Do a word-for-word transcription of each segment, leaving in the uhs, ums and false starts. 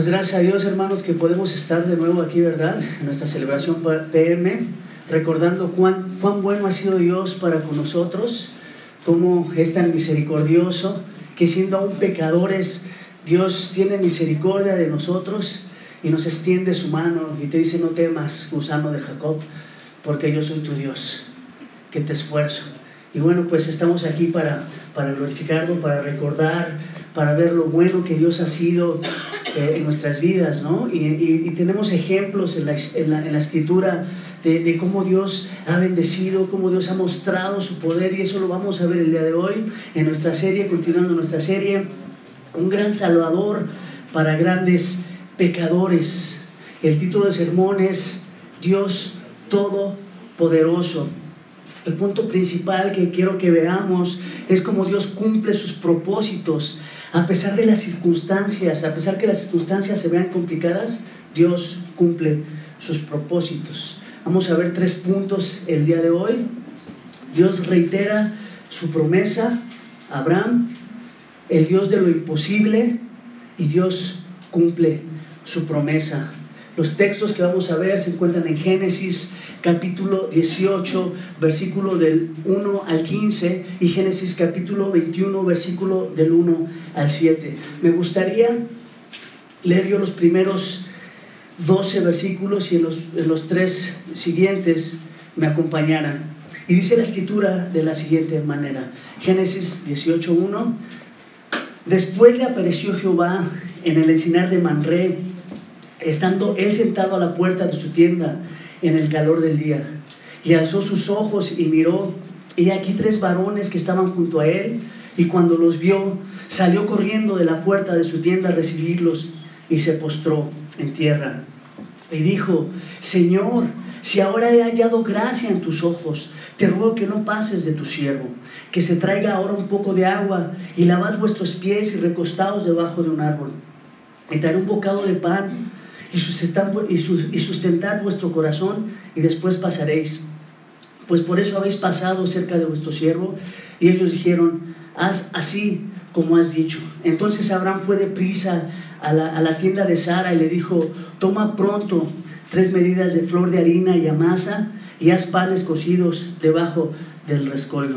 gracias a Dios, hermanos, que podemos estar de nuevo aquí, ¿verdad? En nuestra celebración P M, recordando cuán, cuán bueno ha sido Dios para con nosotros, cómo es tan misericordioso, que siendo aún pecadores, Dios tiene misericordia de nosotros y nos extiende su mano y te dice: no temas, gusano de Jacob, porque yo soy tu Dios, que te esfuerzo. Y bueno, pues estamos aquí para, para glorificarlo, para recordar, para ver lo bueno que Dios ha sido eh, en nuestras vidas, ¿no? Y, y, y tenemos ejemplos en la, en la, en la Escritura de, de cómo Dios ha bendecido, cómo Dios ha mostrado su poder, y eso lo vamos a ver el día de hoy en nuestra serie, continuando nuestra serie, un gran Salvador para grandes pecadores. El título del sermón es Dios Todopoderoso. El punto principal que quiero que veamos es cómo Dios cumple sus propósitos a pesar de las circunstancias. A pesar que las circunstancias se vean complicadas, Dios cumple sus propósitos. Vamos a ver tres puntos el día de hoy. Dios reitera su promesa a Abraham, el Dios de lo imposible, y Dios cumple su promesa. Los textos que vamos a ver se encuentran en Génesis capítulo dieciocho, versículo del uno al quince, y Génesis capítulo veintiuno, versículo del uno al siete. Me gustaría leer yo los primeros doce versículos y en los, en los tres siguientes me acompañaran. Y dice la Escritura de la siguiente manera: Génesis dieciocho, uno. Después le apareció Jehová en el encinar de Manré, estando él sentado a la puerta de su tienda en el calor del día, y alzó sus ojos y miró, y aquí tres varones que estaban junto a él, y cuando los vio, salió corriendo de la puerta de su tienda a recibirlos, y se postró en tierra, y dijo: Señor, si ahora he hallado gracia en tus ojos, te ruego que no pases de tu siervo, que se traiga ahora un poco de agua, y lavad vuestros pies y recostaos debajo de un árbol, y traeré un bocado de pan, y sustentad vuestro corazón, y después pasaréis, pues por eso habéis pasado cerca de vuestro siervo. Y ellos dijeron: haz así como has dicho. Entonces Abraham fue deprisa a la, a la tienda de Sara y le dijo: toma pronto tres medidas de flor de harina y amasa, y haz panes cocidos debajo del rescoldo.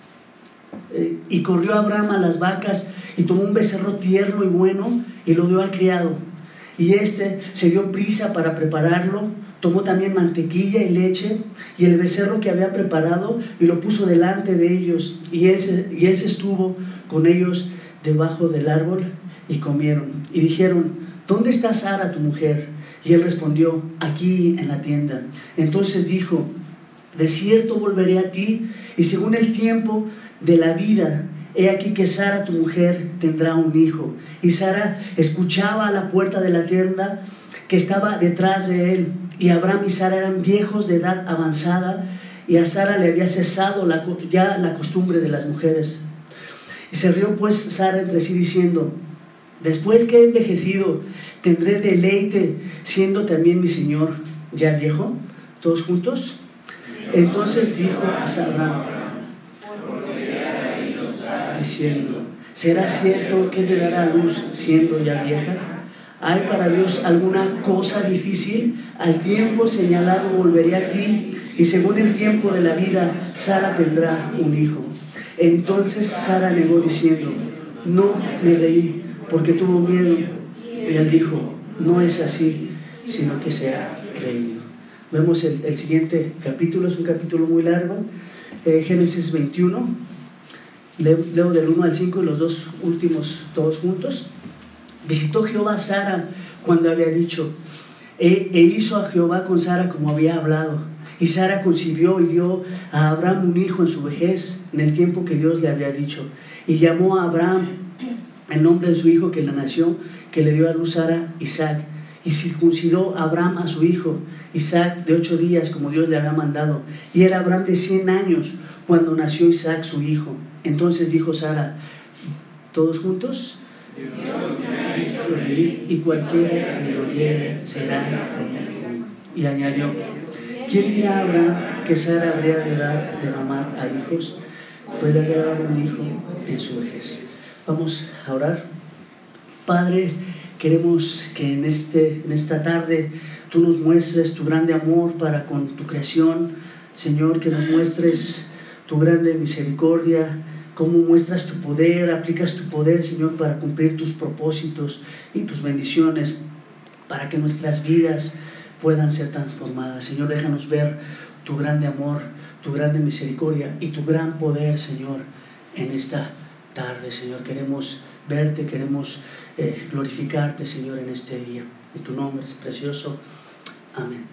Eh, y corrió Abraham a las vacas y tomó un becerro tierno y bueno y lo dio al criado. Y este se dio prisa para prepararlo, tomó también mantequilla y leche y el becerro que había preparado y lo puso delante de ellos, y él se, y él se estuvo con ellos debajo del árbol, y comieron. Y dijeron: ¿dónde está Sara tu mujer? Y él respondió: aquí en la tienda. Entonces dijo: de cierto volveré a ti, y según el tiempo de la vida, he aquí que Sara tu mujer tendrá un hijo. Y Sara escuchaba a la puerta de la tienda que estaba detrás de él. Y Abraham y Sara eran viejos de edad avanzada, y a Sara le había cesado la, ya la costumbre de las mujeres. Y se rió pues Sara entre sí diciendo: después que he envejecido, tendré deleite, siendo también mi señor ya viejo. ¿Todos juntos? Entonces dijo a Abraham, diciendo: ¿será cierto que le dará a luz siendo ya vieja? ¿Hay para Dios alguna cosa difícil? Al tiempo señalado volveré a ti, y según el tiempo de la vida, Sara tendrá un hijo. Entonces Sara negó diciendo: no me reí, porque tuvo miedo. Y él dijo: no es así, sino que se ha reído. Vemos el, el siguiente capítulo, es un capítulo muy largo, eh, Génesis veintiuno. Leo del uno al cinco y los dos últimos todos juntos. Visitó Jehová a Sara cuando había dicho, e, e hizo a Jehová con Sara como había hablado. Y Sara concibió y dio a Abraham un hijo en su vejez, en el tiempo que Dios le había dicho. Y llamó a Abraham el nombre de su hijo que le nació, que le dio a luz Sara, Isaac. Y circuncidó a Abraham a su hijo, Isaac, de ocho días, como Dios le había mandado. Y era Abraham de cien años cuando nació Isaac su hijo. Entonces dijo Sara, todos juntos, y cualquiera que lo oyere será reñido. Y añadió, ¿quién dirá a Abraham que Sara habría de dar de mamar a hijos? Pues le había dado un hijo en su vejez. Vamos a orar. Padre, queremos que en, este, en esta tarde tú nos muestres tu grande amor para con tu creación, Señor, que nos muestres tu grande misericordia, cómo muestras tu poder, aplicas tu poder, Señor, para cumplir tus propósitos y tus bendiciones, para que nuestras vidas puedan ser transformadas. Señor, déjanos ver tu grande amor, tu grande misericordia y tu gran poder, Señor, en esta tarde. Señor, queremos verte, queremos eh, glorificarte, Señor, en este día. En tu nombre es precioso. Amén.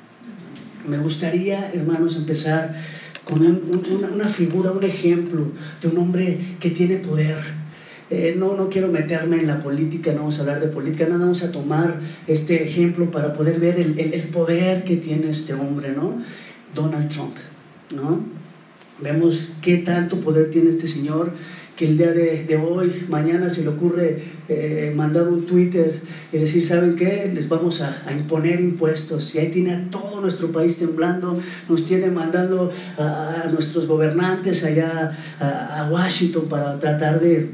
Me gustaría, hermanos, empezar con un, un, una, una figura, un ejemplo de un hombre que tiene poder. Eh, no, no quiero meterme en la política, no vamos a hablar de política, nada, vamos a tomar este ejemplo para poder ver el, el, el poder que tiene este hombre, ¿no? Donald Trump, ¿no? Vemos qué tanto poder tiene este señor, que el día de, de hoy, mañana se le ocurre eh, mandar un Twitter y decir, ¿saben qué? Les vamos a, a imponer impuestos. Y ahí tiene a todo nuestro país temblando, nos tiene mandando a, a nuestros gobernantes allá a, a Washington para tratar de,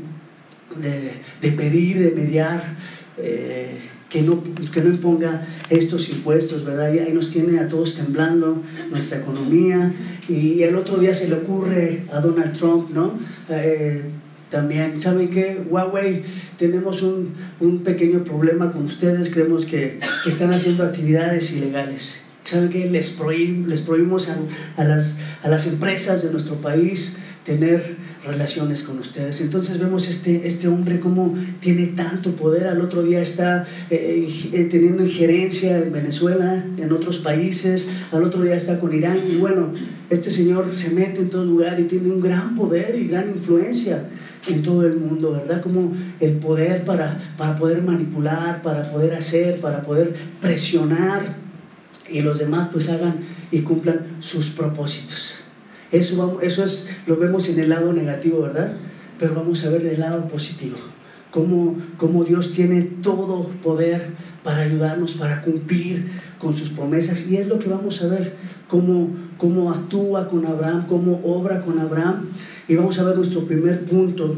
de, de pedir, de mediar, eh, que, no, que no imponga estos impuestos, ¿verdad? Y ahí nos tiene a todos temblando nuestra economía. Y el otro día se le ocurre a Donald Trump, ¿no? Eh, también, ¿saben qué? Huawei, tenemos un, un pequeño problema con ustedes, creemos que, que están haciendo actividades ilegales. ¿Saben qué? Les, prohib, les prohibimos a, a, las, a las empresas de nuestro país tener relaciones con ustedes. Entonces vemos este, este hombre cómo tiene tanto poder. Al otro día está eh, eh, teniendo injerencia en Venezuela, en otros países. Al otro día está con Irán. Y bueno, este señor se mete en todo lugar y tiene un gran poder y gran influencia en todo el mundo, ¿verdad? Como el poder para, para poder manipular, para poder hacer, para poder presionar, y los demás pues hagan y cumplan sus propósitos. Eso, vamos, eso es, lo vemos en el lado negativo, ¿verdad? Pero vamos a ver el lado positivo. Cómo, cómo Dios tiene todo poder para ayudarnos, para cumplir con sus promesas. Y es lo que vamos a ver, cómo, cómo actúa con Abraham, cómo obra con Abraham. Y vamos a ver nuestro primer punto,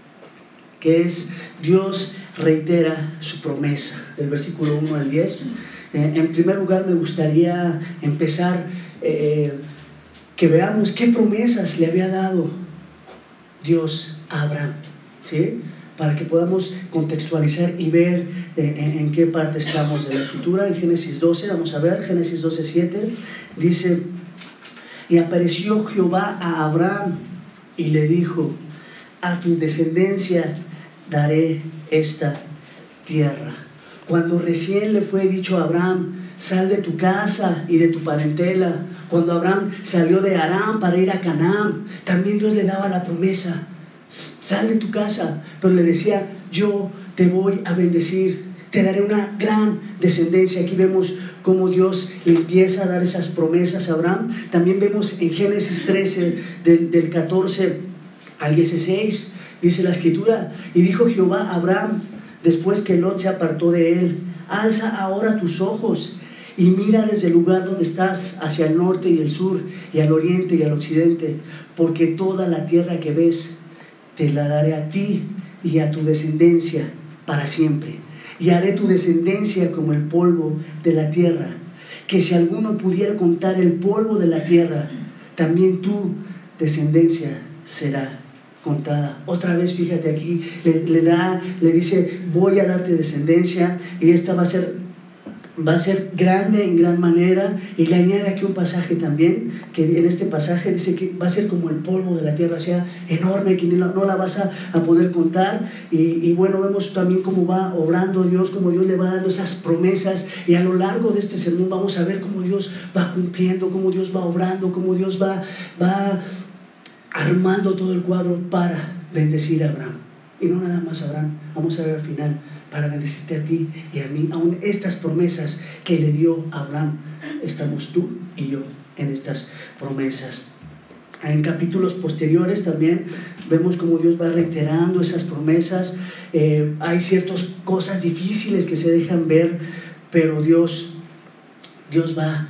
que es Dios reitera su promesa, del versículo uno al diez. Eh, en primer lugar, me gustaría empezar... Eh, que veamos qué promesas le había dado Dios a Abraham, ¿sí? Para que podamos contextualizar y ver eh, en, en qué parte estamos de la escritura. En Génesis doce, vamos a ver, Génesis doce, siete, dice: y apareció Jehová a Abraham y le dijo, a tu descendencia daré esta tierra. Cuando recién le fue dicho a Abraham, sal de tu casa y de tu parentela. Cuando Abraham salió de Aram para ir a Canaán, también Dios le daba la promesa, sal de tu casa, pero le decía, yo te voy a bendecir, te daré una gran descendencia. Aquí vemos cómo Dios le empieza a dar esas promesas a Abraham. También vemos en Génesis trece, del, del catorce al dieciséis, dice la escritura, y dijo Jehová a Abraham, después que Lot se apartó de él, alza ahora tus ojos y mira desde el lugar donde estás hacia el norte y el sur y al oriente y al occidente, porque toda la tierra que ves te la daré a ti y a tu descendencia para siempre, y haré tu descendencia como el polvo de la tierra, que si alguno pudiera contar el polvo de la tierra, también tu descendencia será contada. Otra vez, fíjate aquí, le, le da, le dice, voy a darte descendencia, y esta va a ser va a ser grande en gran manera, y le añade aquí un pasaje también, que en este pasaje dice que va a ser como el polvo de la tierra, o sea, enorme, que no, no la vas a, a poder contar. Y, y bueno, vemos también cómo va obrando Dios, cómo Dios le va dando esas promesas, y a lo largo de este sermón vamos a ver cómo Dios va cumpliendo, cómo Dios va obrando, cómo Dios va, va armando todo el cuadro para bendecir a Abraham. Y no nada más a Abraham, vamos a ver al final, para bendecirte a ti y a mí. Aún estas promesas que le dio a Abraham, estamos tú y yo en estas promesas. En capítulos posteriores también vemos cómo Dios va reiterando esas promesas. Eh, hay ciertas cosas difíciles que se dejan ver, pero Dios, Dios va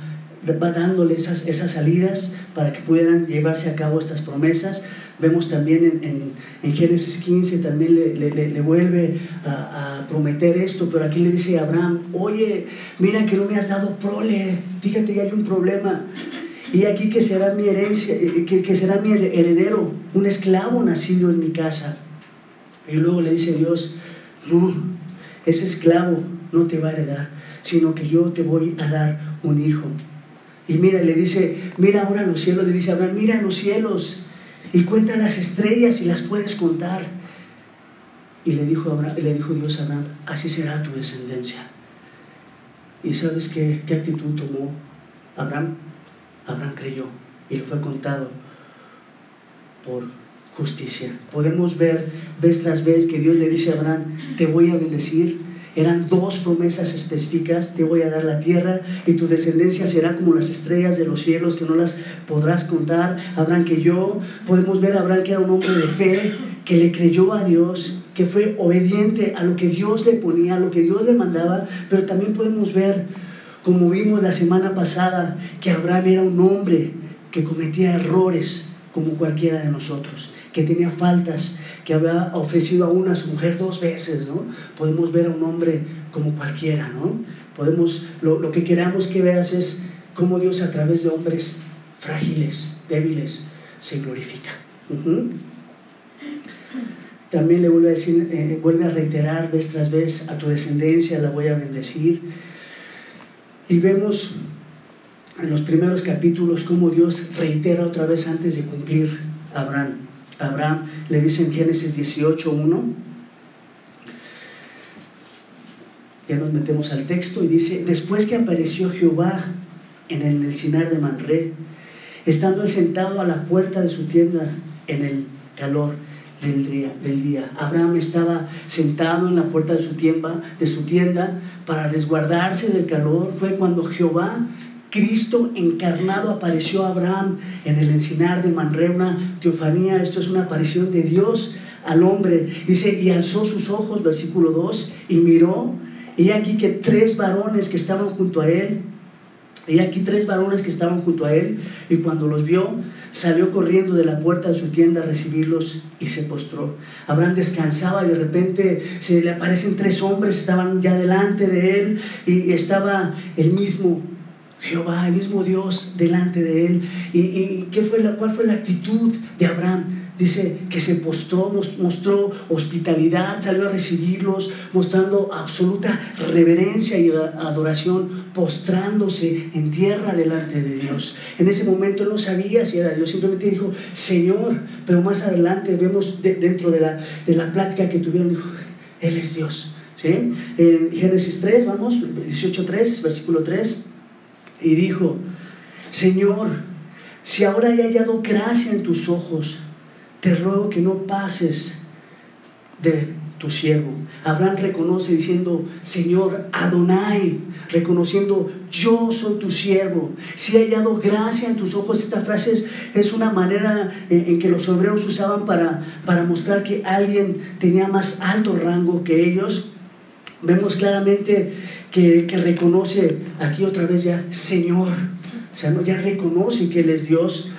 va dándole esas, esas salidas para que pudieran llevarse a cabo estas promesas. Vemos también en, en, en Génesis quince, también le, le, le vuelve a, a prometer esto, pero aquí le dice a Abraham, oye, mira que no me has dado prole, fíjate que hay un problema, y aquí que será mi herencia, que, que será mi heredero, un esclavo nacido en mi casa. Y luego le dice Dios, no, ese esclavo no te va a heredar, sino que yo te voy a dar un hijo. Y mira, le dice, mira ahora los cielos, le dice a Abraham, mira los cielos y cuenta las estrellas y las puedes contar. Y le dijo, Abraham, le dijo Dios a Abraham, así será tu descendencia. ¿Y sabes qué, qué actitud tomó Abraham? Abraham creyó y le fue contado por justicia. Podemos ver vez tras vez que Dios le dice a Abraham, te voy a bendecir. Eran dos promesas específicas, te voy a dar la tierra y tu descendencia será como las estrellas de los cielos que no las podrás contar. Abraham que yo, podemos ver a Abraham que era un hombre de fe, que le creyó a Dios, que fue obediente a lo que Dios le ponía, a lo que Dios le mandaba, pero también podemos ver, como vimos la semana pasada, que Abraham era un hombre que cometía errores como cualquiera de nosotros, que tenía faltas, que había ofrecido aún a su mujer dos veces, ¿no? Podemos ver a un hombre como cualquiera, ¿no? Podemos, lo, lo que queramos que veas es cómo Dios a través de hombres frágiles, débiles, se glorifica. Uh-huh. También le vuelve a decir, eh, vuelve a reiterar vez tras vez, a tu descendencia la voy a bendecir. Y vemos en los primeros capítulos cómo Dios reitera otra vez antes de cumplir a Abraham. Abraham le dice en Génesis dieciocho uno, ya nos metemos al texto y dice, después que apareció Jehová en el encinar de Manré, estando él sentado a la puerta de su tienda en el calor del día, del día. Abraham estaba sentado en la puerta de su tienda, de su tienda para resguardarse del calor. Fue cuando Jehová, Cristo encarnado, apareció a Abraham en el encinar de Manré, una teofanía. Esto es una aparición de Dios al hombre. Dice, y alzó sus ojos, versículo dos, y miró, y aquí que tres varones que estaban junto a él, y aquí tres varones que estaban junto a él, y cuando los vio, salió corriendo de la puerta de su tienda a recibirlos y se postró. Abraham descansaba y de repente se le aparecen tres hombres, estaban ya delante de él, y estaba el mismo Jehová, el mismo Dios delante de él. ¿Y, y qué fue la, cuál fue la actitud de Abraham? Dice que se postró, mostró hospitalidad, salió a recibirlos, mostrando absoluta reverencia y adoración, postrándose en tierra delante de Dios. En ese momento él no sabía si era Dios, simplemente dijo, Señor, pero más adelante vemos de, dentro de la, de la plática que tuvieron, dijo, Él es Dios. ¿Sí? En Génesis tres, vamos, dieciocho tres, versículo tres, y dijo, Señor, si ahora he hallado gracia en tus ojos, te ruego que no pases de tu siervo. Abraham reconoce diciendo, Señor Adonai, reconociendo, yo soy tu siervo. Si he hallado gracia en tus ojos. Esta frase es, es una manera en, en que los hebreos usaban para, para mostrar que alguien tenía más alto rango que ellos. Vemos claramente que, que reconoce aquí otra vez ya Señor, o sea, ¿no? Ya reconoce que Él es Dios,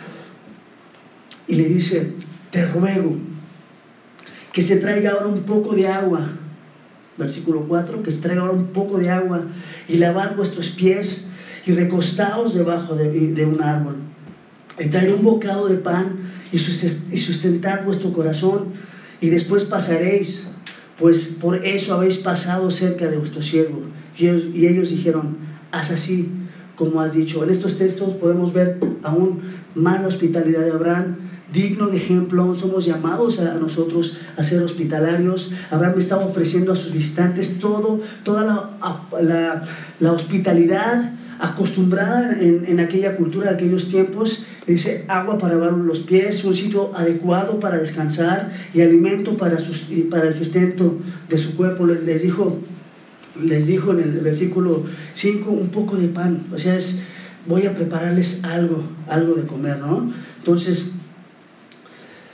y le dice, te ruego que se traiga ahora un poco de agua, versículo cuatro, que se traiga ahora un poco de agua y lavad vuestros pies y recostaos debajo de, de un árbol, y traeré un bocado de pan y sustentad vuestro corazón, y después pasaréis, pues por eso habéis pasado cerca de vuestro siervo. Y ellos, y ellos dijeron, haz así como has dicho. En estos textos podemos ver aún más la hospitalidad de Abraham, digno de ejemplo. Somos llamados a nosotros a ser hospitalarios. Abraham estaba ofreciendo a sus visitantes todo, toda la, la, la hospitalidad acostumbrada en, en aquella cultura de aquellos tiempos. Dice, agua para lavar los pies, un sitio adecuado para descansar y alimento para, sus, para el sustento de su cuerpo. Les, les dijo les dijo en el versículo cinco, un poco de pan, o sea, es, voy a prepararles algo, algo de comer, ¿no? Entonces,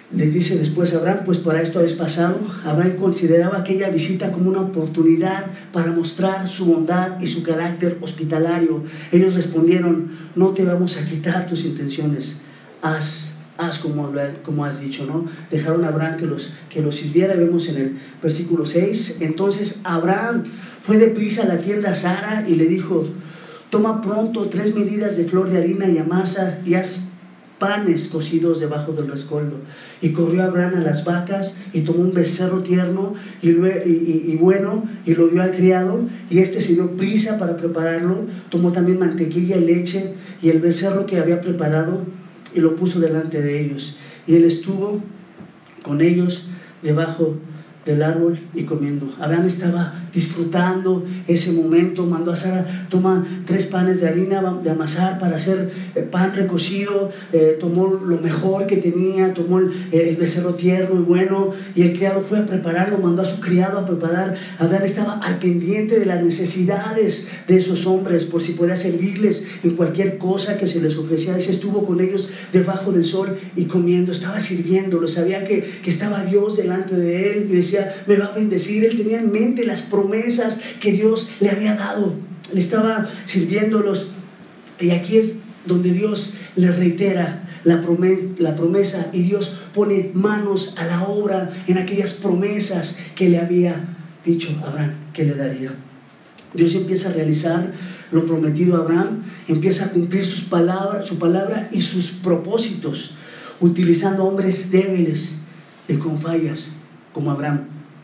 Les dice después a Abraham: pues para esto habéis pasado. Abraham consideraba aquella visita como una oportunidad para mostrar su bondad y su carácter hospitalario. Ellos respondieron: no te vamos a quitar tus intenciones, haz, haz como, como has dicho, ¿no? Dejaron a Abraham que los, que los sirviera. Vemos en el versículo seis: entonces Abraham fue deprisa a la tienda a Sara y le dijo: toma pronto tres medidas de flor de harina y amasa y haz panes cocidos debajo del rescoldo. Y corrió Abraham a las vacas y tomó un becerro tierno y, y, y, y bueno y lo dio al criado, y este se dio prisa para prepararlo. Tomó también mantequilla y leche y el becerro que había preparado y lo puso delante de ellos, y él estuvo con ellos debajo del árbol y comiendo. Abraham estaba disfrutando ese momento. Mandó a Sara: toma tres panes de harina de amasar para hacer pan recocido. Eh, tomó lo mejor que tenía, tomó el, el becerro tierno y bueno, y el criado fue a prepararlo, mandó a su criado a preparar. Abraham estaba al pendiente de las necesidades de esos hombres, por si podía servirles en cualquier cosa que se les ofrecía. Ese estuvo con ellos debajo del sol y comiendo, estaba sirviéndolo. Sabía que, que estaba Dios delante de él y decía: me va a bendecir. Él tenía en mente las promesas que Dios le había dado. Le estaba sirviéndolos, y aquí es donde Dios le reitera la promesa, la promesa, y Dios pone manos a la obra en aquellas promesas que le había dicho a Abraham que le daría. Dios empieza a realizar lo prometido a Abraham, empieza a cumplir sus palabras, su palabra y sus propósitos, utilizando hombres débiles y con fallas como Abraham.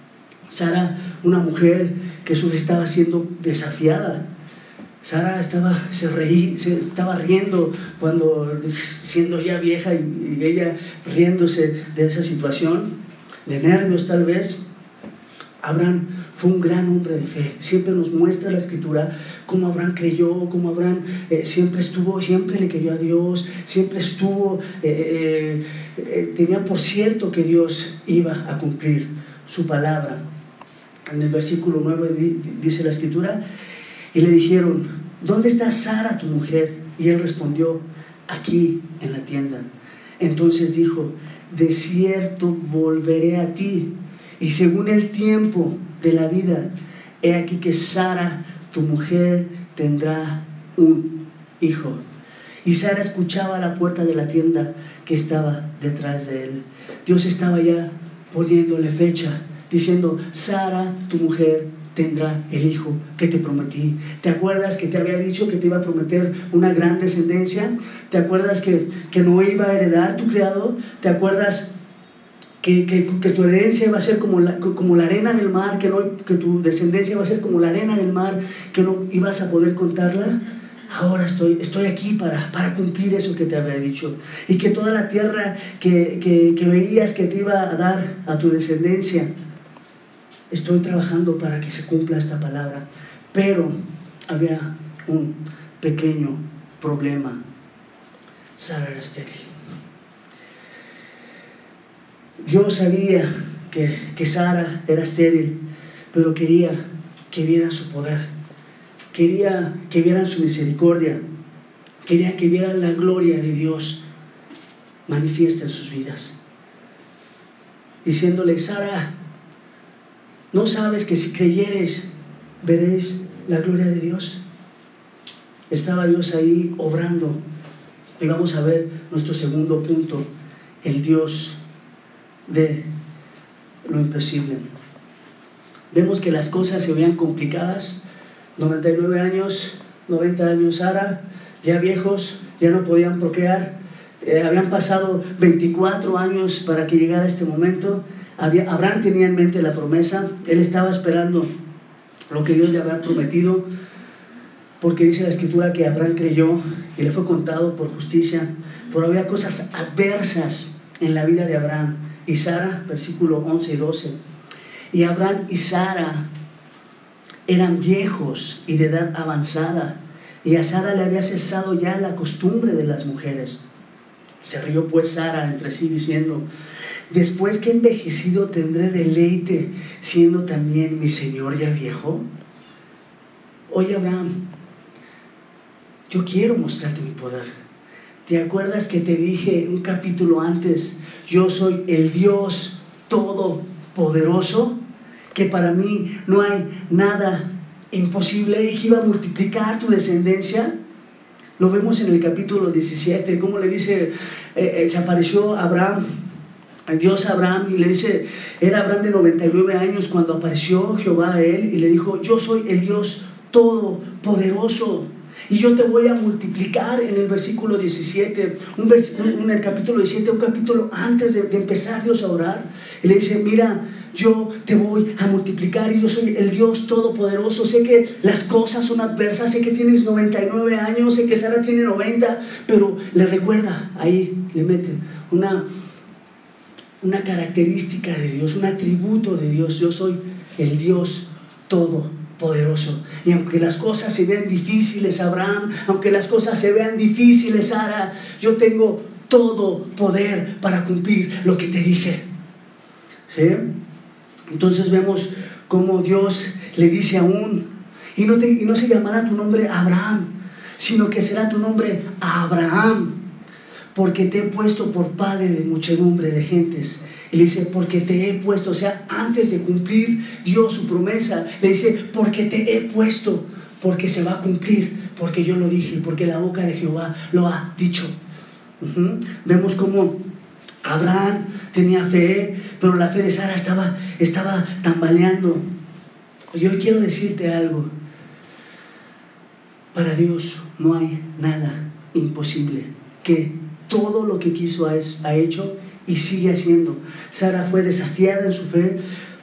Sara, una mujer que solo estaba siendo desafiada. Sara estaba, se, reí, se estaba riendo cuando, siendo ya vieja, y, y ella riéndose de esa situación, de nervios tal vez. Abraham fue un gran hombre de fe. Siempre nos muestra la Escritura cómo Abraham creyó, cómo Abraham eh, siempre estuvo, siempre le creyó a Dios, siempre estuvo, eh, eh, eh, tenía por cierto que Dios iba a cumplir su palabra. En el versículo nueve dice la Escritura: y le dijeron: ¿dónde está Sara tu mujer? Y él respondió: aquí en la tienda. Entonces dijo: de cierto volveré a ti, y según el tiempo de la vida, he aquí que Sara tu mujer tendrá un hijo. Y Sara escuchaba a la puerta de la tienda que estaba detrás de él. Dios estaba ya poniéndole fecha, diciendo: Sara tu mujer tendrá el hijo que te prometí. ¿Te acuerdas que te había dicho que te iba a prometer una gran descendencia? ¿Te acuerdas que, que no iba a heredar tu criado? ¿Te acuerdas que, que, que tu herencia va a ser como la, como la arena del mar, que, no, que tu descendencia va a ser como la arena del mar, que no ibas a poder contarla? Ahora estoy, estoy aquí para, para cumplir eso que te había dicho. Y que toda la tierra que, que, que veías que te iba a dar a tu descendencia, estoy trabajando para que se cumpla esta palabra. Pero había un pequeño problema: Sara era estéril. Dios sabía que, que Sara era estéril, pero quería que vieran su poder, quería que vieran su misericordia, quería que vieran la gloria de Dios manifiesta en sus vidas, diciéndole: Sara, ¿no sabes que si creyeres veréis la gloria de Dios? Estaba Dios ahí obrando. Y vamos a ver nuestro segundo punto: el Dios de lo imposible. Vemos que las cosas se veían complicadas. noventa y nueve años, noventa años Sara, ya viejos, ya no podían procrear. Eh, habían pasado veinticuatro años para que llegara este momento. Había, Abraham tenía en mente la promesa, él estaba esperando lo que Dios le había prometido, porque dice la Escritura que Abraham creyó y le fue contado por justicia. Pero había cosas adversas en la vida de Abraham y Sara, versículo once y doce. Y Abraham y Sara eran viejos y de edad avanzada, y a Sara le había cesado ya la costumbre de las mujeres. Se rió pues Sara entre sí diciendo: después que he envejecido tendré deleite, siendo también mi señor ya viejo. Oye Abraham, yo quiero mostrarte mi poder. ¿Te acuerdas que te dije un capítulo antes? Yo soy el Dios todopoderoso, que para mí no hay nada imposible y que iba a multiplicar tu descendencia. Lo vemos en el capítulo diecisiete, como le dice, eh, eh, se apareció Abraham, Dios a Abraham, y le dice, era Abraham de noventa y nueve años cuando apareció Jehová a él y le dijo, yo soy el Dios todopoderoso y yo te voy a multiplicar. En el versículo diecisiete, un vers un, en el capítulo diecisiete, un capítulo antes de, de empezar Dios a orar, y le dice, mira, yo te voy a multiplicar y yo soy el Dios todopoderoso. Sé que las cosas son adversas, sé que tienes noventa y nueve años, sé que Sara tiene noventa, pero le recuerda, ahí le mete una, una característica de Dios, un atributo de Dios. Yo soy el Dios todopoderoso. Y aunque las cosas se vean difíciles, Abraham, aunque las cosas se vean difíciles, Sara, yo tengo todo poder para cumplir lo que te dije. ¿Sí? Entonces vemos cómo Dios le dice aún, y no, te, y no se llamará tu nombre Abraham, sino que será tu nombre Abraham, porque te he puesto por padre de muchedumbre de gentes. Y le dice, porque te he puesto, o sea, antes de cumplir Dios su promesa, le dice, porque te he puesto, porque se va a cumplir, porque yo lo dije, porque la boca de Jehová lo ha dicho. Uh-huh. Vemos cómo Abraham tenía fe, pero la fe de Sara estaba, estaba tambaleando. Yo quiero decirte algo, para Dios no hay nada imposible, que todo lo que quiso ha hecho y sigue haciendo. Sara fue desafiada en su fe.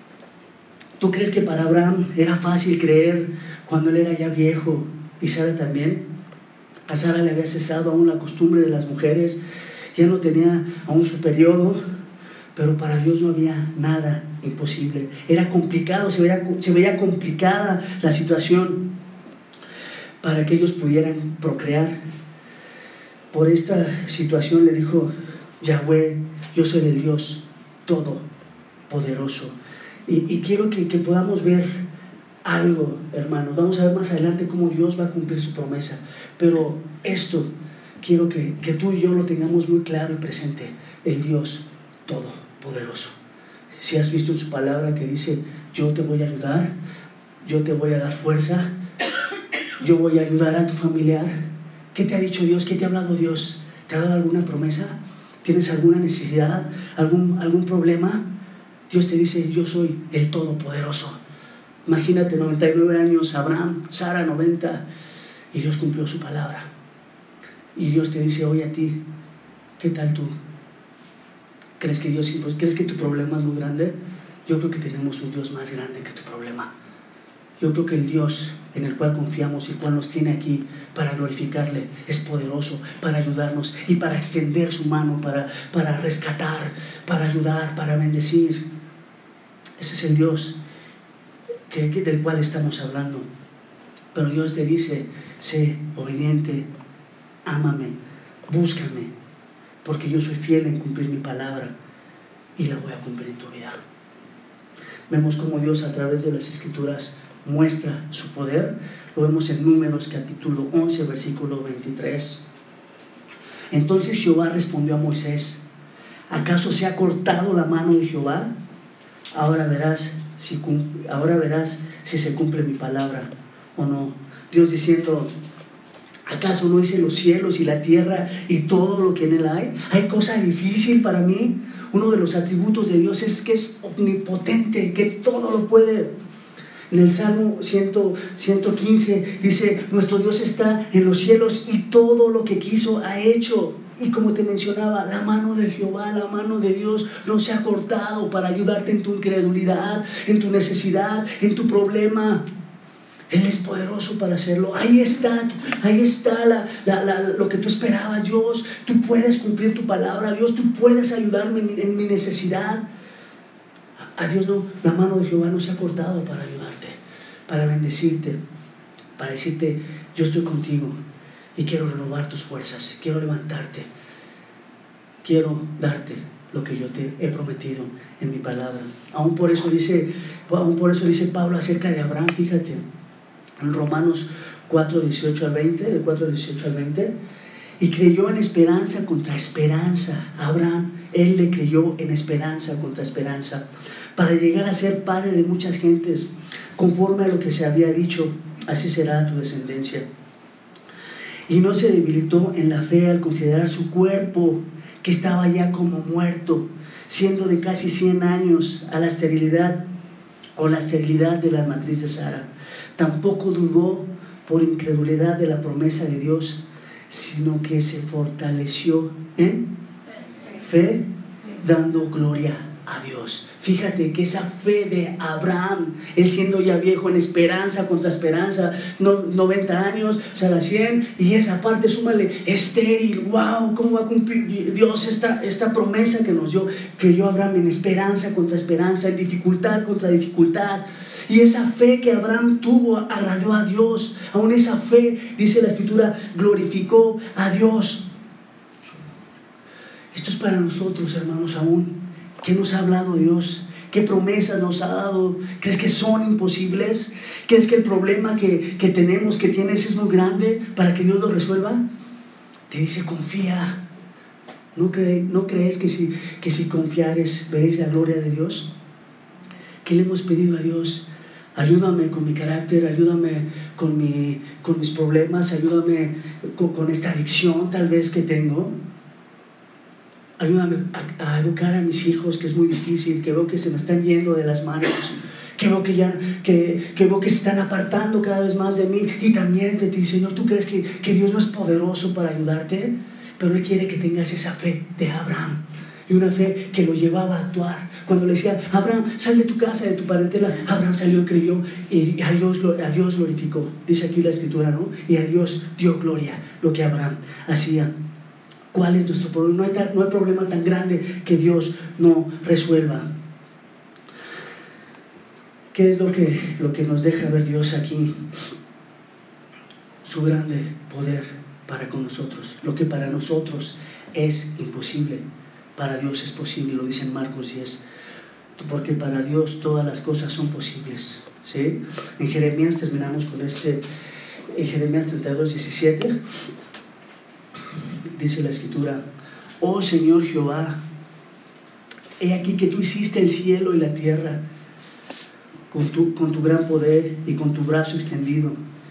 ¿Tú crees que para Abraham era fácil creer cuando él era ya viejo y Sara también? A Sara le había cesado aún la costumbre de las mujeres, ya no tenía aún su periodo, pero para Dios no había nada imposible. Era complicado, se veía, se veía complicada la situación para que ellos pudieran procrear. Por esta situación le dijo Yahweh, yo soy el Dios todopoderoso. Y, y quiero que, que podamos ver algo, hermanos. Vamos a ver más adelante cómo Dios va a cumplir su promesa. Pero esto quiero que, que tú y yo lo tengamos muy claro y presente. El Dios todopoderoso. Si has visto en su palabra que dice, yo te voy a ayudar, yo te voy a dar fuerza, yo voy a ayudar a tu familiar. ¿Qué te ha dicho Dios? ¿Qué te ha hablado Dios? ¿Te ha dado alguna promesa? ¿Tienes alguna necesidad? ¿Algún, algún problema? Dios te dice, yo soy el Todopoderoso. Imagínate, noventa y nueve años, Abraham, Sara noventa, y Dios cumplió su palabra. Y Dios te dice hoy a ti, ¿qué tal tú? ¿Crees que Dios, crees que tu problema es muy grande? Yo creo que tenemos un Dios más grande que tu problema. Yo creo que el Dios en el cual confiamos y el cual nos tiene aquí para glorificarle es poderoso para ayudarnos y para extender su mano, para, para rescatar, para ayudar, para bendecir. Ese es el Dios que, que, del cual estamos hablando. Pero Dios te dice, sé obediente, ámame, búscame, porque yo soy fiel en cumplir mi palabra y la voy a cumplir en tu vida. Vemos cómo Dios a través de las Escrituras muestra su poder. Lo vemos en Números capítulo once, versículo veintitrés. Entonces Jehová respondió a Moisés, ¿acaso se ha cortado la mano de Jehová? Ahora verás si, ahora verás si se cumple mi palabra o no. Dios diciendo, ¿acaso no hice los cielos y la tierra y todo lo que en él hay? ¿Hay cosa difícil para mí? Uno de los atributos de Dios es que es omnipotente, que todo lo puede. En el Salmo ciento quince dice, nuestro Dios está en los cielos y todo lo que quiso ha hecho. Y como te mencionaba, la mano de Jehová, la mano de Dios no se ha cortado para ayudarte en tu incredulidad, en tu necesidad, en tu problema. Él es poderoso para hacerlo. Ahí está, ahí está la, la, la, lo que tú esperabas. Dios, tú puedes cumplir tu palabra. Dios, tú puedes ayudarme en, en mi necesidad. A Dios no, la mano de Jehová no se ha cortado para ayudarte, para bendecirte, para decirte, yo estoy contigo y quiero renovar tus fuerzas, quiero levantarte, quiero darte lo que yo te he prometido en mi palabra. Aún por eso dice, aún por eso dice Pablo acerca de Abraham, fíjate, en Romanos cuatro, dieciocho al veinte, de cuatro, dieciocho al veinte, y creyó en esperanza contra esperanza. Abraham, él le creyó en esperanza contra esperanza, para llegar a ser padre de muchas gentes, conforme a lo que se había dicho, así será tu descendencia. Y no se debilitó en la fe al considerar su cuerpo, que estaba ya como muerto, siendo de casi cien años, a la esterilidad o la esterilidad de la matriz de Sara. Tampoco dudó por incredulidad de la promesa de Dios, sino que se fortaleció en fe, dando gloria a Dios. Fíjate que esa fe de Abraham, él siendo ya viejo, en esperanza contra esperanza, no, noventa años, o sea, las cien, y esa parte, súmale, estéril, wow, ¿cómo va a cumplir Dios esta, esta promesa que nos dio? Creyó Abraham en esperanza contra esperanza, en dificultad contra dificultad. Y esa fe que Abraham tuvo agradó a Dios. Aún esa fe, dice la Escritura, glorificó a Dios. Esto es para nosotros, hermanos, aún. ¿Qué nos ha hablado Dios? ¿Qué promesas nos ha dado? ¿Crees que son imposibles? ¿Crees que el problema que, que tenemos, que tienes, es muy grande para que Dios lo resuelva? Te dice, confía. ¿No, cree, no crees que si, que si confiares veréis la gloria de Dios? ¿Qué le hemos pedido a Dios? Ayúdame con mi carácter, ayúdame con, mi, con mis problemas, ayúdame con, con esta adicción tal vez que tengo. Ayúdame a, a educar a mis hijos, que es muy difícil, que veo que se me están yendo de las manos, que veo que, ya, que, que, veo que se están apartando cada vez más de mí y también de ti, Señor. ¿Tú crees que, que Dios no es poderoso para ayudarte? Pero Él quiere que tengas esa fe de Abraham, y una fe que lo llevaba a actuar. Cuando le decía, Abraham, sal de tu casa, de tu parentela, Abraham salió y creyó, y a Dios, a Dios glorificó. Dice aquí la Escritura, ¿no? Y a Dios dio gloria lo que Abraham hacía. ¿Cuál es nuestro problema? No hay, tan, no hay problema tan grande que Dios no resuelva. ¿Qué es lo que, lo que nos deja ver Dios aquí? Su grande poder para con nosotros. Lo que para nosotros es imposible, para Dios es posible, lo dice en Marcos diez. Porque para Dios todas las cosas son posibles, ¿sí? En Jeremías terminamos con este, en Jeremías treinta y dos, diecisiete. Dice la Escritura, oh Señor Jehová, he aquí que tú hiciste el cielo y la tierra con tu, con tu gran poder y con tu brazo extendido.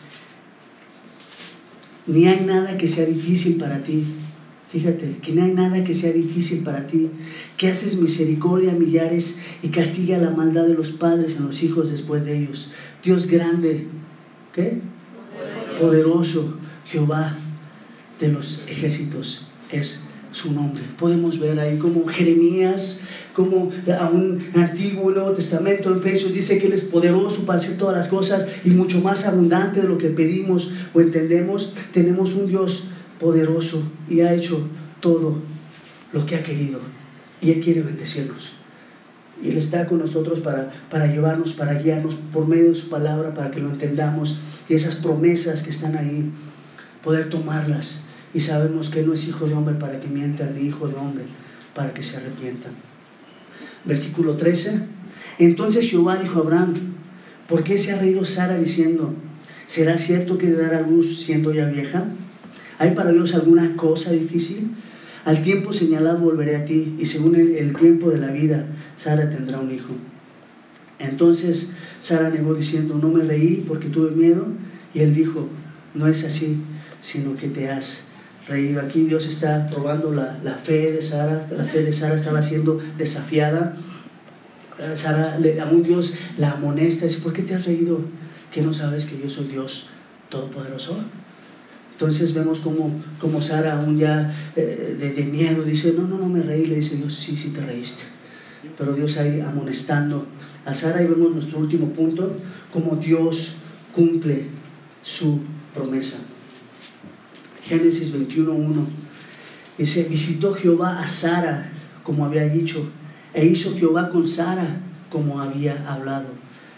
Ni hay nada que sea difícil para ti. Fíjate, que no hay nada que sea difícil para ti, que haces misericordia a millares y castiga la maldad de los padres en los hijos después de ellos. Dios grande, ¿qué? Poderoso, Jehová de los ejércitos es su nombre. Podemos ver ahí como Jeremías, como a un antiguo Nuevo Testamento, en Efesios dice que Él es poderoso para hacer todas las cosas y mucho más abundante de lo que pedimos o entendemos. Tenemos un Dios poderoso y ha hecho todo lo que ha querido, y Él quiere bendecirnos, y Él está con nosotros para, para llevarnos, para guiarnos por medio de su palabra, para que lo entendamos, y esas promesas que están ahí, poder tomarlas. Y sabemos que Él no es hijo de hombre para que mienta, ni hijo de hombre para que se arrepienta. Versículo trece. Entonces Jehová dijo a Abraham, ¿por qué se ha reído Sara diciendo, ¿será cierto que de dar a luz siendo ya vieja? ¿Hay para Dios alguna cosa difícil? Al tiempo señalado volveré a ti, y según el, el tiempo de la vida, Sara tendrá un hijo. Entonces Sara negó diciendo, no me reí porque tuve miedo. Y él dijo, no es así, sino que te has reído. Aquí Dios está probando la, la fe de Sara. La fe de Sara estaba siendo desafiada. Sara, aún Dios la amonesta, dice, ¿por qué te has reído? ¿Que no sabes que yo soy Dios Todopoderoso? Entonces vemos como, como Sara aún ya eh, de, de miedo dice, no, no, no me reí. Le dice Dios, sí, sí te reíste. Pero Dios ahí amonestando a Sara. Y vemos nuestro último punto, como Dios cumple su promesa. Génesis veintiuno, uno dice, visitó Jehová a Sara como había dicho, e hizo Jehová con Sara como había hablado.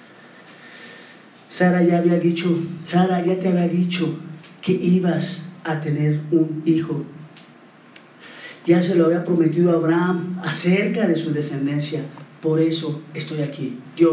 Sara ya había dicho, Sara ya te había dicho que ibas a tener un hijo. Ya se lo había prometido a Abraham acerca de su descendencia. Por eso estoy aquí. Dios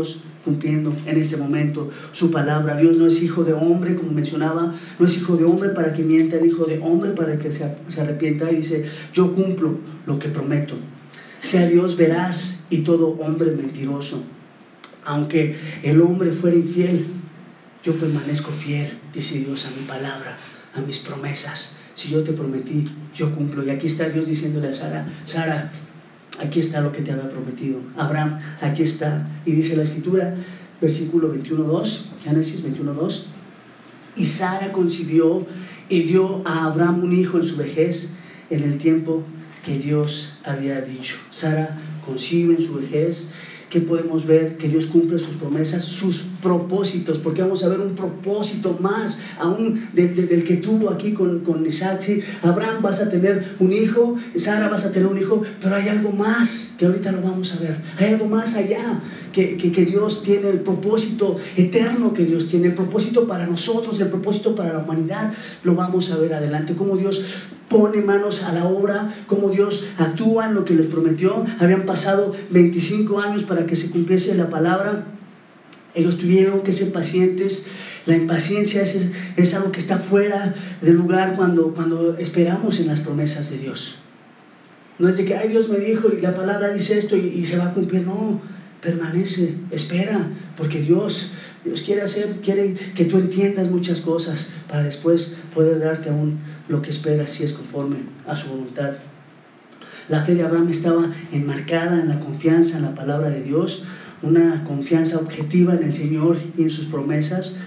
cumpliendo en este momento su palabra. Dios no es hijo de hombre, como mencionaba, no es hijo de hombre para que mienta, el hijo de hombre para que se, se arrepienta. Y dice, yo cumplo lo que prometo. Sea Dios veraz y todo hombre mentiroso. Aunque el hombre fuera infiel, yo permanezco fiel, dice Dios, a mi palabra, a mis promesas. Si yo te prometí, yo cumplo. Y aquí está Dios diciéndole a Sara, Sara, aquí está lo que te había prometido. Abraham, aquí está. Y dice la escritura, versículo veintiuno dos, Génesis veintiuno dos, y Sara concibió y dio a Abraham un hijo en su vejez, en el tiempo que Dios había dicho. Sara concibe en su vejez. ¿Qué podemos ver? Que Dios cumple sus promesas, sus propósitos, porque vamos a ver un propósito más aún de, de, del que tuvo aquí con, con Isaac. ¿Sí? Abraham, vas a tener un hijo, Sara, vas a tener un hijo, pero hay algo más que ahorita lo vamos a ver. Hay algo más allá que, que, que Dios tiene, el propósito eterno que Dios tiene, el propósito para nosotros, el propósito para la humanidad. Lo vamos a ver adelante, cómo Dios pone manos a la obra, cómo Dios actúa en lo que les prometió. Habían pasado veinticinco años para que se cumpliese la palabra. Ellos tuvieron que ser pacientes. La impaciencia es, es algo que está fuera del lugar cuando, cuando esperamos en las promesas de Dios. No es de que, ay, Dios me dijo y la palabra dice esto y, y se va a cumplir. No, permanece, espera, porque Dios, Dios quiere hacer, quiere que tú entiendas muchas cosas para después poder darte aún lo que esperas, si es conforme a su voluntad. La fe de Abraham estaba enmarcada en la confianza en la palabra de Dios, una confianza objetiva en el Señor y en sus promesas.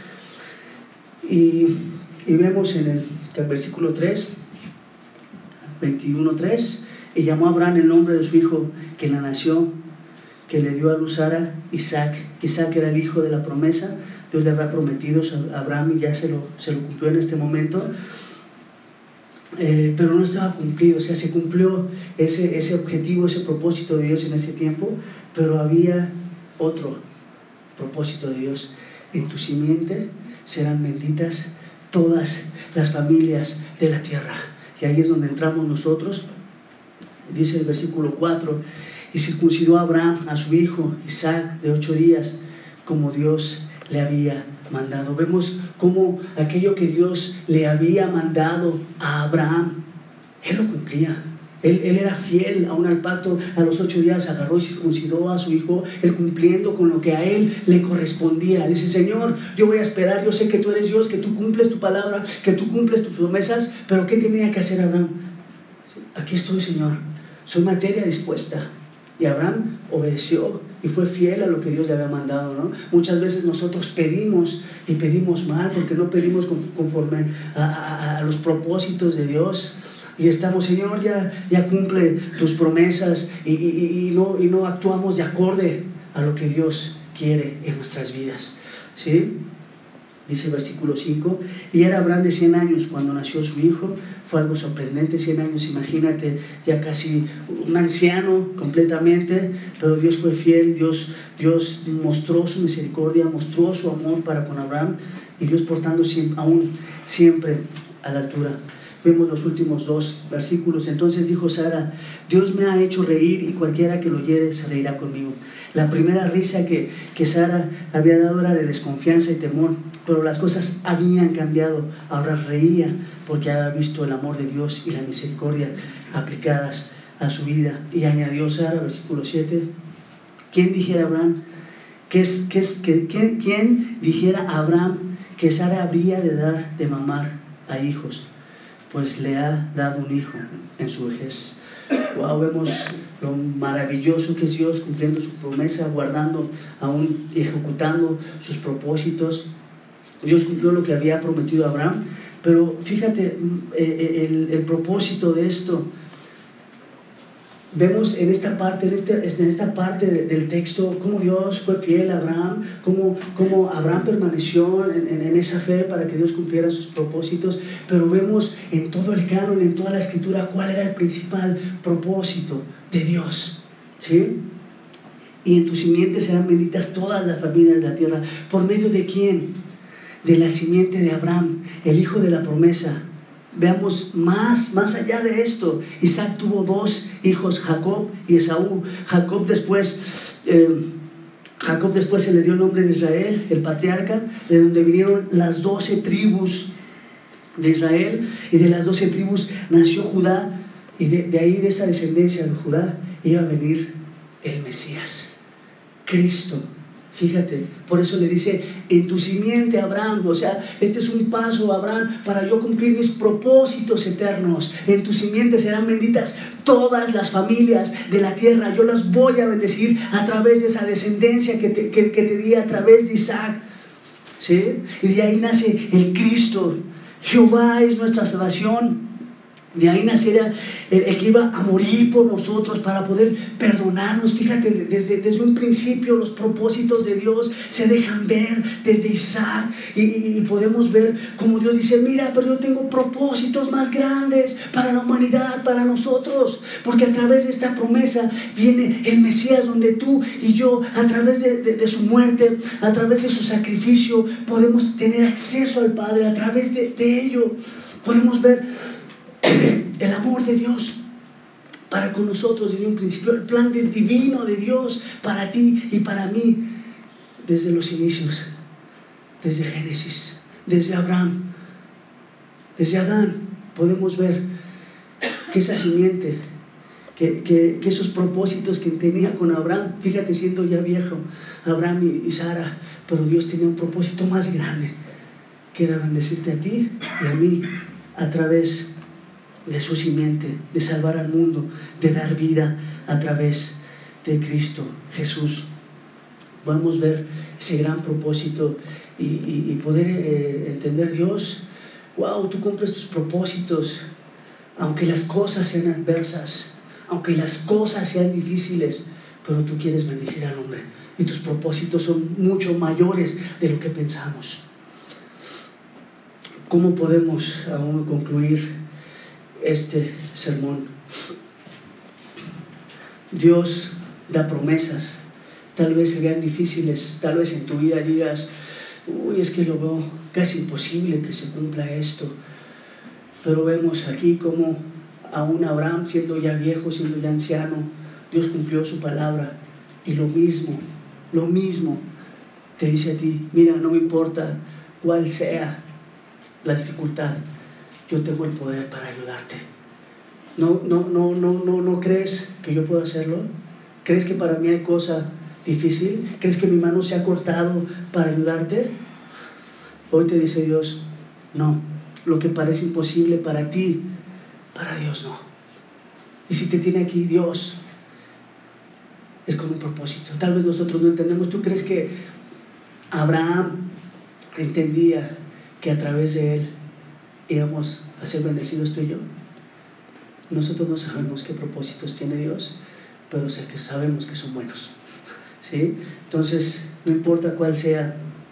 Y, y vemos en el, el versículo tres, veintiuno tres, y llamó a Abraham el nombre de su hijo que le nació, que le dio a luz Sara, Isaac. Isaac era el hijo de la promesa. Dios le había prometido a Abraham y ya se lo, se lo cumplió en este momento. Eh, pero no estaba cumplido, o sea, se cumplió ese, ese objetivo, ese propósito de Dios en ese tiempo, pero había otro propósito de Dios. En tu simiente serán benditas todas las familias de la tierra. Y ahí es donde entramos nosotros. Dice el versículo cuatro, y circuncidó a Abraham a su hijo Isaac de ocho días, como Dios le había mandado. Vemos cómo aquello que Dios le había mandado a Abraham, él lo cumplía. Él, él era fiel aún al pacto. A los ocho días agarró y circuncidó a su hijo, él cumpliendo con lo que a él le correspondía. Dice, Señor, yo voy a esperar, yo sé que tú eres Dios, que tú cumples tu palabra, que tú cumples tus promesas, pero ¿qué tenía que hacer Abraham? Aquí estoy, Señor, soy materia dispuesta. Y Abraham obedeció y fue fiel a lo que Dios le había mandado, ¿no? Muchas veces nosotros pedimos y pedimos mal porque no pedimos conforme a, a, a los propósitos de Dios. Y estamos, Señor, ya, ya cumple tus promesas y, y, y, no, y no actuamos de acorde a lo que Dios quiere en nuestras vidas, ¿sí? Dice el versículo cinco, y era Abraham de cien años cuando nació su hijo. Fue algo sorprendente, cien años, imagínate, ya casi un anciano completamente, pero Dios fue fiel, Dios, Dios mostró su misericordia, mostró su amor para con Abraham, y Dios portando siempre, aún siempre a la altura. Vemos los últimos dos versículos. Entonces dijo Sara, Dios me ha hecho reír y cualquiera que lo oyere se reirá conmigo. La primera risa que, que Sara había dado era de desconfianza y temor, pero las cosas habían cambiado. Ahora reía porque había visto el amor de Dios y la misericordia aplicadas a su vida. Y añadió Sara, versículo siete, ¿quién dijera a Abraham que es, que es, que, ¿quién, quién dijera a Abraham que Sara habría de dar de mamar a hijos? Pues le ha dado un hijo en su vejez. Wow, vemos lo maravilloso que es Dios cumpliendo su promesa, guardando, aún ejecutando sus propósitos. Dios cumplió lo que había prometido a Abraham, pero fíjate el, el propósito de esto. Vemos en esta parte, en, este, en esta parte de, del texto, cómo Dios fue fiel a Abraham, cómo, cómo Abraham permaneció en, en, en esa fe para que Dios cumpliera sus propósitos, pero vemos en todo el canon, en toda la escritura, cuál era el principal propósito de Dios, ¿sí? Y en tu simiente serán benditas todas las familias de la tierra. ¿Por medio de quién? De la simiente de Abraham, el hijo de la promesa. Veamos más, más allá de esto. Isaac tuvo dos hijos, Jacob y Esaú. Jacob después eh, Jacob después se le dio el nombre de Israel, el patriarca, de donde vinieron las doce tribus de Israel, y de las doce tribus nació Judá, y de, de ahí, de esa descendencia de Judá, iba a venir el Mesías, Cristo. Fíjate, por eso le dice, en tu simiente, Abraham, o sea, este es un paso, Abraham, para yo cumplir mis propósitos eternos. En tu simiente serán benditas todas las familias de la tierra. Yo las voy a bendecir a través de esa descendencia que te, que, que te di a través de Isaac, ¿sí? Y de ahí nace el Cristo. Jehová es nuestra salvación. De ahí nacerá el, el que iba a morir por nosotros para poder perdonarnos. Fíjate, desde, desde un principio los propósitos de Dios se dejan ver desde Isaac, y, y, y podemos ver como Dios dice, mira, pero yo tengo propósitos más grandes para la humanidad, para nosotros, porque a través de esta promesa viene el Mesías, donde tú y yo, a través de, de, de su muerte, a través de su sacrificio, podemos tener acceso al Padre. A través de, de ello podemos ver el amor de Dios para con nosotros desde un principio, el plan divino de Dios para ti y para mí desde los inicios, desde Génesis, desde Abraham, desde Adán. Podemos ver que esa simiente, que, que, que esos propósitos que tenía con Abraham, fíjate, siendo ya viejo Abraham y, y Sara, pero Dios tenía un propósito más grande, que era bendecirte a ti y a mí a través de su simiente, de salvar al mundo, de dar vida a través de Cristo Jesús. Podemos ver ese gran propósito y, y, y poder eh, entender, Dios, wow, tú cumples tus propósitos, aunque las cosas sean adversas, aunque las cosas sean difíciles, pero tú quieres bendecir al hombre, y tus propósitos son mucho mayores de lo que pensamos. ¿Cómo podemos aún concluir este sermón? Dios da promesas, tal vez se vean difíciles, tal vez en tu vida digas, uy, es que lo veo casi imposible que se cumpla esto, pero vemos aquí como aún Abraham, siendo ya viejo, siendo ya anciano, Dios cumplió su palabra, y lo mismo, lo mismo te dice a ti, mira, no me importa cuál sea la dificultad, yo tengo el poder para ayudarte. ¿No, no, no, no, no, ¿No crees que yo puedo hacerlo? ¿Crees que para mí hay cosa difícil? ¿Crees que mi mano se ha cortado para ayudarte? Hoy te dice Dios, no, lo que parece imposible para ti, para Dios no. Y si te tiene aquí Dios, es con un propósito. Tal vez nosotros no entendemos. ¿Tú crees que Abraham entendía que a través de él íbamos a ser bendecidos tú y yo? Nosotros no sabemos qué propósitos tiene Dios, pero sé que sabemos que son buenos, ¿sí? Entonces, no importa cuál sea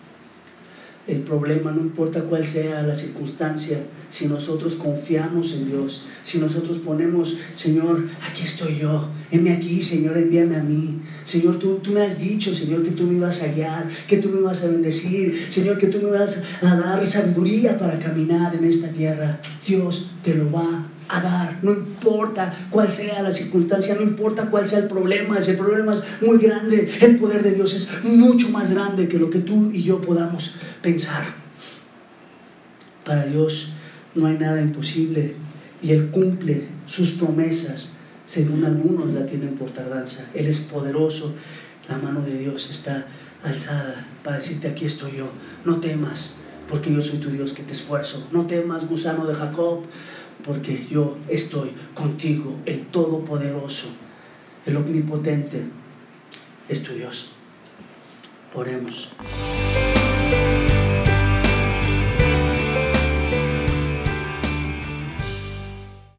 el problema, no importa cuál sea la circunstancia, si nosotros confiamos en Dios, si nosotros ponemos, Señor, aquí estoy yo, heme aquí, Señor, envíame a mí. Señor, tú, tú me has dicho, Señor, que tú me ibas a guiar, que tú me ibas a bendecir, Señor, que tú me vas a dar sabiduría para caminar en esta tierra. Dios te lo va a dar, no importa cuál sea la circunstancia, no importa cuál sea el problema. Si el problema es muy grande, el poder de Dios es mucho más grande que lo que tú y yo podamos pensar. Para Dios no hay nada imposible, y Él cumple sus promesas, según algunos la tienen por tardanza. Él es poderoso, la mano de Dios está alzada para decirte, aquí estoy yo, no temas, porque yo soy tu Dios que te esfuerzo. No temas, gusano de Jacob, porque yo estoy contigo. El Todopoderoso, el Omnipotente, es tu Dios. Oremos.